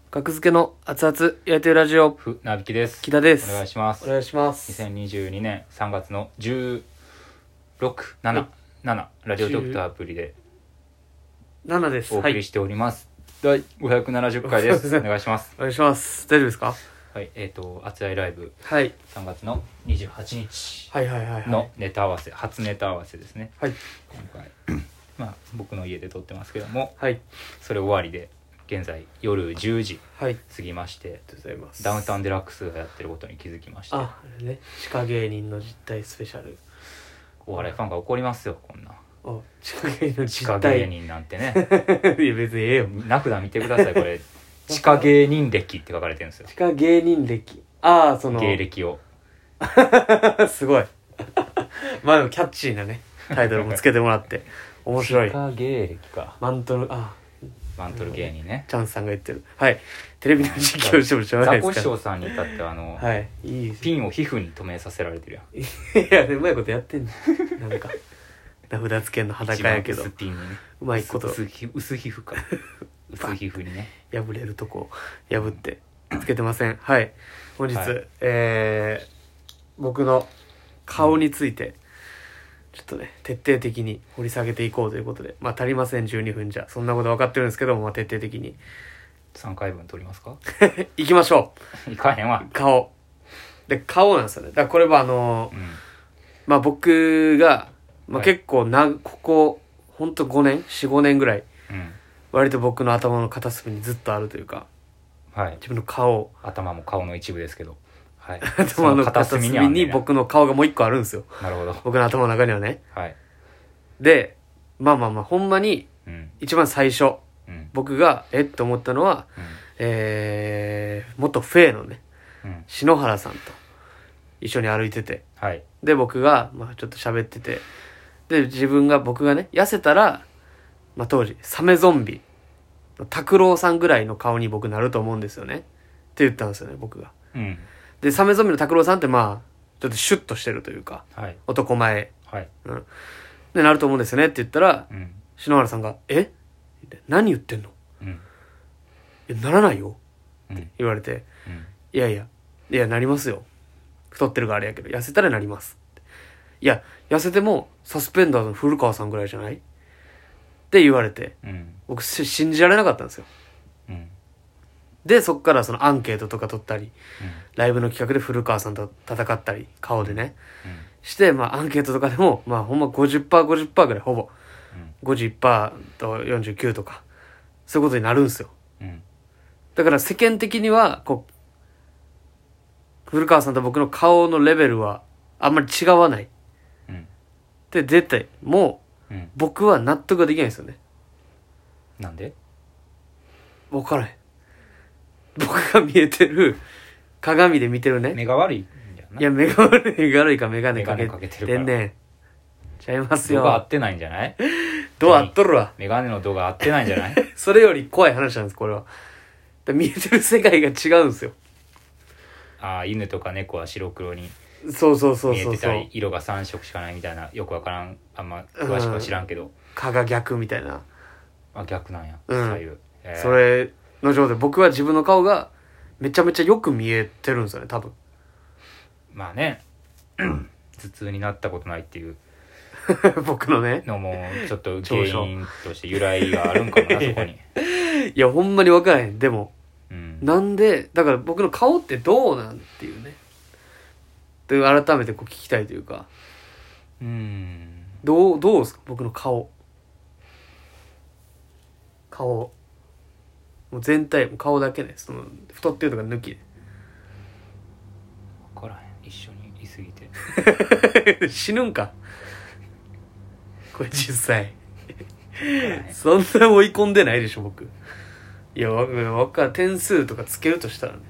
格付けの熱々焼いてるラジオなびきです。 木田です。 お願いします。 お願いします。 2022年3月の16、7ラジオドクターアプリで 7です。 お送りしております。はい、第570回です。お願いします。 お願いします。大丈夫ですか？ はい、熱愛ライブ、 はい、 3月の28日はいはいはいはいのネタ合わせ、初ネタ合わせですね。 はい。 今回まあ僕の家で撮ってますけども、 はい。 それ終わりで現在夜10時はい。 過ぎまして、 ありがとうございます。 ダウンタウンデラックスがやってることに気づきまして、 あれね、地下芸人の実態スペシャル。 お笑いファンが怒りますよ、こんなお、地下芸人の地下実態。 芸人なんてねいや別にええよ。 名札見てください、これ地下芸人歴って書かれてるんですよ。 地下芸人歴。ああ、その芸歴をすごい。まあでもキャッチーなねタイトルもつけてもらって面白い。 地下芸歴か。 マントルマントル芸人ね。 チャンスさんが言ってる。はい。テレビの実況してもしょうがないザですから。 コシショウさんに至ってははい。いいです。 ピンを皮膚に留めさせられてるやん。 いや、うまいことやってんねん。なんか、名札付けんの裸やけど、 一番薄ピンにね、 うまいこと薄皮膚か薄皮膚にね。 破れるとこ破ってつけてません。はい。本日、 はい、 僕の顔について、ちょっとね、徹底的に掘り下げていこうということで、まあ足りません、12分じゃ。そんなこと分かってるんですけども、まあ徹底的に。 3回分取りますか？ いきましょいかへんわ。 う。顔。で、顔なんですよね。だからこれはまあ僕が、まあはい結構ここ、ほんと5年 ?4、5年ぐらい、 うん割と僕の頭の片隅にずっとあるというか、 はい。 自分の顔、 頭も顔の一部ですけど、はい。 頭の片隅に僕の顔がもう一個あるんですよ。 なるほど。 僕の頭の中にはね。 はい。 で、まあほんまに、 うん一番最初、 うん僕が、って思ったのは、元フェイのね、 うん篠原さんと一緒に歩いてて、 はいで、僕が、まあちょっと喋ってて、で、僕がね、痩せたら、まあ当時、サメゾンビの拓郎さんぐらいの顔に僕なると思うんですよね。って言ったんですよね、僕が。 うんで、サメゾンビの拓郎さんってまあ、ちょっとシュッとしてるというか、 はい男前、 はいで、なると思うんですよねって言ったら、 うん篠原さんが、何言ってんの？ うんならないようん言われて、 うんいや、なりますよ。太ってるからあれやけど、痩せたらなります。いや、痩せても、サスペンダーズの古川さんぐらいじゃないって言われて、 うん僕信じられなかったんですよ。 うんで、そっからそのアンケートとか取ったり、ライブの企画で古川さんと戦ったり、顔でね、して、まあアンケートとかでも、まあほんま 50%、50% ぐらい、ほぼ。51%と49とか、そういうことになるんですよ。 うんだから世間的には、こう、古川さんと僕の顔のレベルはあんまり違わない。 うんで、絶対、もう、 うん僕は納得ができないんですよね。 なんで？ わからへん。僕が見えてる、鏡で見てるね。 目が悪いんじゃない？ いや、目が悪いかメガネかけメガネかけてるからてんねん。ちゃいますよ。 度が合ってないんじゃない？ どう合っとるわ。 メガネの度が合ってないんじゃない？ それより怖い話なんです、これは。見えてる世界が違うんですよ。 ああ、犬とか猫は白黒にそう見えてたり、色が3色しかないみたいな、よくわからん、あんま詳しくは知らんけど、 蚊が逆みたいな。 あ、逆なんや、 うん左右、 それの状態、僕は自分の顔がめちゃめちゃよく見えてるんですよね、多分。 まあね頭痛になったことないっていう僕のね。 のもちょっと原因として由来があるんかもなそこに。 いや、ほんまに分からへん。でも、 うんなんで、だから僕の顔ってどうなんっていうね。で、改めてこう聞きたいというか、どうですか僕の顔。もう全体、もう顔だけね。その、太ってるとか抜きで。 分からへん、一緒にいすぎて死ぬんかこれ実際分からへん。 そんな追い込んでないでしょ僕。いや点数とかつけるとしたらね。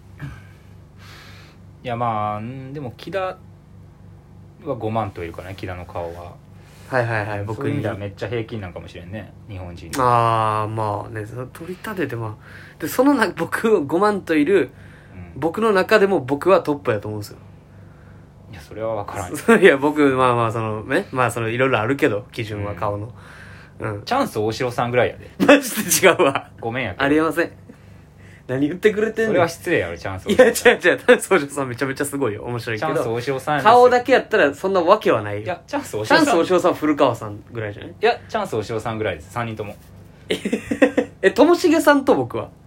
いやまあでも木田は5万といるからね、木田の顔は。 はい僕そういう意味にではめっちゃ平均なんかもしれんね、日本人。 まあね、その取り立ててでその僕5万といる僕の中でも僕はトップやと思うんですよ。 いやそれは分からんよ。 いや僕そのね、そのいろいろあるけど基準は顔の、 チャンス大城さんぐらいやで。 マジで違うわ。 ごめんやけど。 ありえません。 何言ってくれてんの。 それは失礼やろ、チャンスいや違う違う、丹宗さんめちゃめちゃすごいよ、面白いけチャンスど大城さんです顔だけやったらそんなわけはないよ。 いやチャンス大チャンス城さんお塩さんは古川さんぐらいじゃない？ いやチャンス大城さんぐらいです3人とも。 ともしげさんと僕は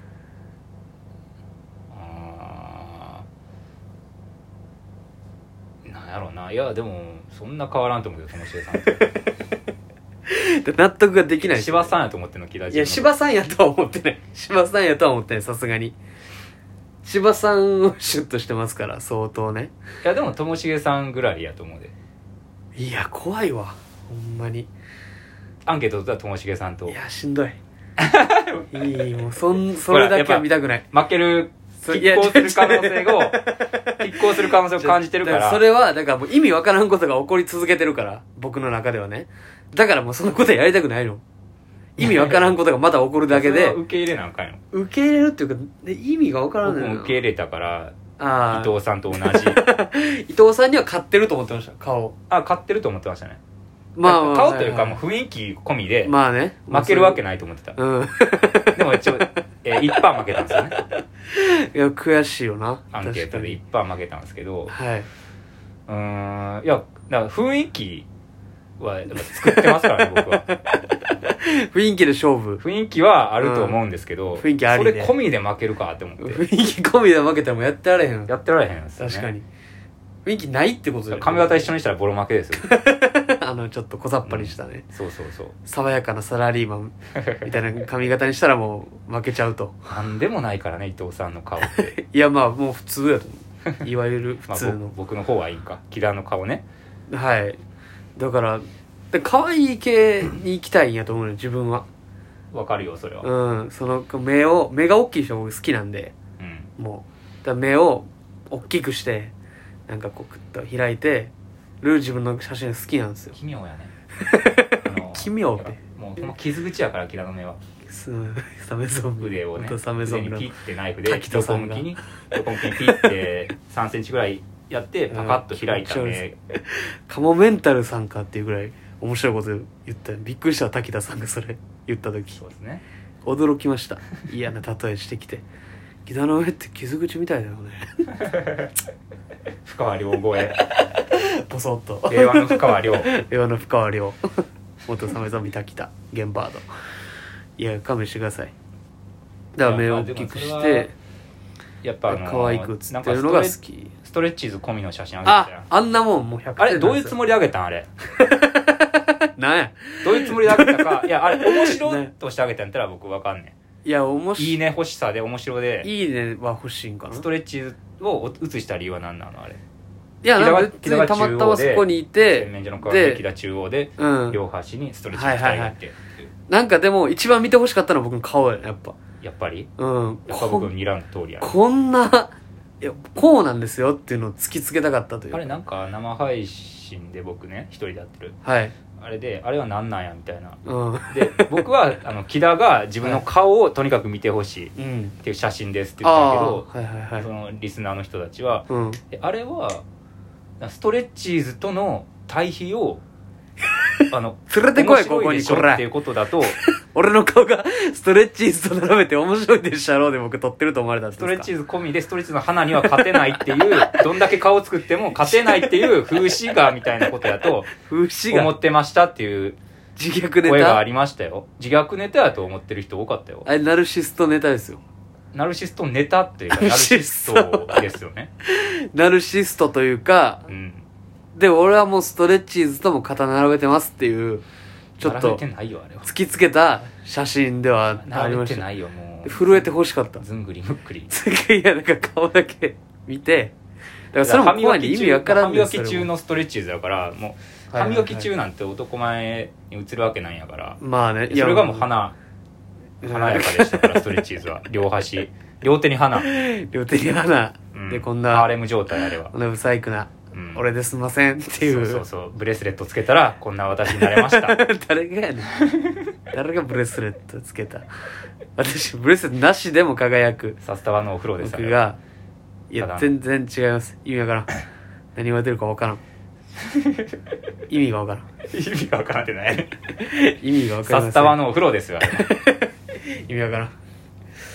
なんやろうな。いやでもそんな変わらんと思うけど、ともしげさん納得ができない。 柴さんやと思ってんの、木田いや柴さんやとは思ってない。柴さんやとは思ってない、さすがに。柴さんをシュッとしてますから相当ね。 いやでもともしげさんぐらいやと思うで。 いや怖いわほんまに。 アンケート取ったらともしげさんと。 いやしんどい。いいもうそれだけは見たくない。 負ける拮抗する可能性を拮抗する可能性を感じてるから。 それはだからもう意味わからんことが起こり続けてるから、僕の中ではね。だからもうそのことやりたくないの。意味わからんことがままた起こるだけで。 受け入れなんかんよ。 受け入れるっていうか意味がわからん僕のよ。 も受け入れたから。 あ伊藤さんと同じ。 伊藤さんには勝ってると思ってました顔。 勝ってると思ってましたね。 まあ顔というかもう雰囲気込みでまあね負けるわけないと思ってた。 うんでも一応1%負けたんですよね。 いや悔しいよな。 アンケートで1%負けたんですけど、 はい。 いやだから雰囲気はやっぱ作ってますからね僕は。 雰囲気で勝負。 雰囲気はあると思うんですけど、 雰囲気ありでそれ込みで負けるかって思って雰囲気込みで負けたらもうやってられへん。 やってられへんですよね。 確かに。雰囲気ないってことだよね。 髪型一緒にしたらボロ負けですよ。 ちょっと小ざっぱりしたね、 そうそうそう。 爽やかなサラリーマンみたいな髪型にしたらもう負けちゃうと。 なんでもないからね伊藤さんの顔っていやまあもう普通やと思う。いわゆる普通の、 僕の方はいいか、木田の顔ね。 はいだから可愛い系に行きたいんやと思うのよ自分は。 わかるよそれは。 うんその目が大きい人僕好きなんで、もうだから目を大きくしてなんかこうクッと開いてる自分の写真好きなんですよ。 奇妙やね。 奇妙ってもうこの傷口やから木田の目は。 サメゾンビ腕をね、 サメゾンビの腕にピッてナイフで滝田さんが横向きにピッて3センチぐらいやってパカッと開いた目。 カモメンタルさんかっていうぐらい面白いこと言ったよ。びっくりした滝田さんがそれ言った時。 そうですね。 驚きました。嫌な例えしてきて。木田の上って傷口みたいだよね。 深川亮超え。 ポソッと。 令和の深川亮。 令和の深川亮。元サメゾンビ滝田ゲンバード。いや勘弁してください。だから目を大きくしてやっぱ可愛く写ってるのが好き。 ストレッチーズ込みの写真あげてたよ。 あんなもんもう100点。 あれどういうつもりであげたんあれ。 なんやどういうつもりであげたか。いやあれ面白いとしてあげたんやったら僕わかんねん。いや面白い。 いいね欲しさで面白で。 いいねは欲しいんかな。 ストレッチーズを写した理由は何なのあれ。 いやなんか別にたまたまそこにいて洗面所の川で木田中央で、 うん、 両端にストレッチーズしたいって、 なんかでも一番見てほしかったのは僕の顔やねやっぱ。 やっぱりうんやっぱ僕睨んだ通りやる。 こんないやこうなんですよっていうのを突きつけたかったという。 あれなんか生配信で僕ね一人でやってる、 はい、 あれであれは何なんやみたいな、 うん、 で僕は木田が自分の顔をとにかく見てほしいっていう写真ですって言ったけど、 はいはいはい、 そのリスナーの人たちは、 うん、 あれはストレッチーズとの対比を連れてこいここにこらっていうことだと俺の顔がストレッチーズと並べて面白いでしゃろうで僕撮ってると思われたんですか。 ストレッチーズ込みでストレッチーズの花には勝てないっていうどんだけ顔作っても勝てないっていう風刺画みたいなことやと風刺画思ってましたっていう自虐ネタ声がありましたよ。自虐ネタやと思ってる人多かったよ。 あれナルシストネタですよ。 ナルシストネタっていうかナルシストですよね。 ナルシストというか、うん、で俺はもうストレッチーズとも肩並べてますっていうちょっと突きつけた写真ではありました。並べてないよもう。震えてほしかった。 ずんぐりむっくり。 いやなんか顔だけ見て、だからそれも怖いに意味わからんねん。 歯磨き中のストレッチーズだからもう歯磨き中なんて男前に映るわけないんやから。 まあね。 それがもう華やかでしたからストレッチーズは両端両手に花両手に花、うん、でこんなハーレム状態あれはこんなブサイクな、うん、俺ですんませんっていうそうブレスレットつけたらこんな私になれました誰がやねん誰がブレスレットつけた。私ブレスレットなしでも輝くサスタバのお風呂です。 僕がいや全然違います。意味わからん何言われてるかわからん意味がわからん意味がわからんってない意味がわからん。 サスタバのお風呂ですよ意味わからん。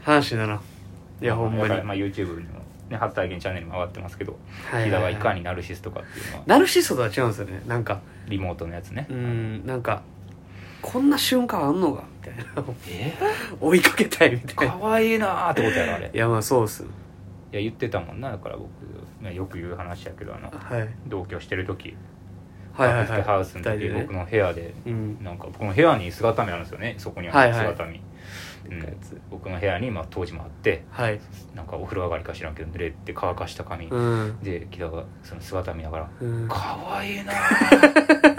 話だな。いやほんまに。 だからまあ YouTube にもね初体験チャンネルも上がってますけど、 はい木田はいはい。 がいかにナルシストかっていうのはナルシストとは違うんですよね。なんかリモートのやつね。 なんかこんな瞬間あんのかみたいな。 え追いかけたいみたいな。 かわいいなーってことやろあれ。 いやまあそうっす。 いや言ってたもんな。だから僕、ね、よく言う話やけどはい同居してる時、 はいはいはい。 ハウスの時、 二人でね僕の部屋でうん。 なんか僕の部屋に姿見あるんですよね。そこにははいはい姿見、僕の部屋にまあ当時もあって、 はい。 なんかお風呂上がりか知らんけど濡れて乾かした髪、 うん。 で木田がその姿見ながらうん。 かわいいなー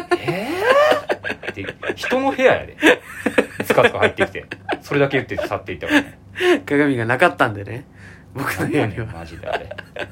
って人の部屋やでつかつか入ってきてそれだけ言って去っていったからね。 鏡がなかったんでね。僕の何やねん部屋には。 マジであれ。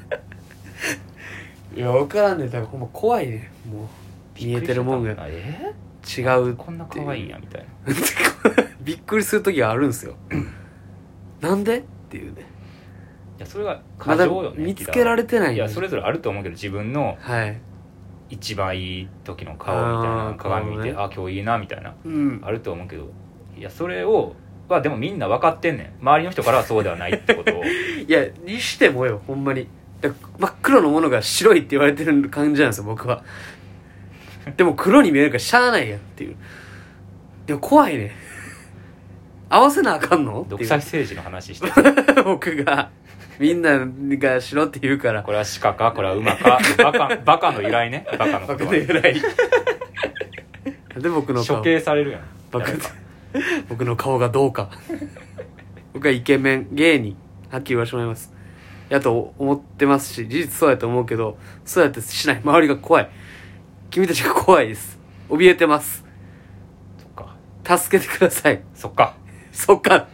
いや分からんね。だからほんま怖いね。もう見えてるもんが違う。 こんな可愛いんやみたいな。 びっくりする時があるんですよ。なんでっていうね。 いやそれがまだ過剰よね。 見つけられてない。 いやそれぞれあると思うけど、自分のはい。 一番いい時の顔みたいな鏡見て、 顔ねあ今日いいなみたいなうん。 あると思うけど、いやそれをはでもみんな分かってんねん。周りの人からはそうではないってことをいやにしてもよほんまに。だ真っ黒のものが白いって言われてる感じなんですよ僕は。でも黒に見えるからしゃあないやんっていう。でも怖いね。合わせなあかんのっていう独裁政治の話してる。 僕がみんなが白って言うから。 これは鹿かこれは馬かバカの由来ね。バカの僕言葉の由来。で僕の顔処刑されるやん。 僕誰か僕の顔がどうか。僕はイケメン芸人はっきり言わせてもらいます。やと思ってますし、事実そうやと思うけど、そうやってしない周りが怖い。君たちが怖いです。怯えてます。 そっか助けてください。 そっかそっか。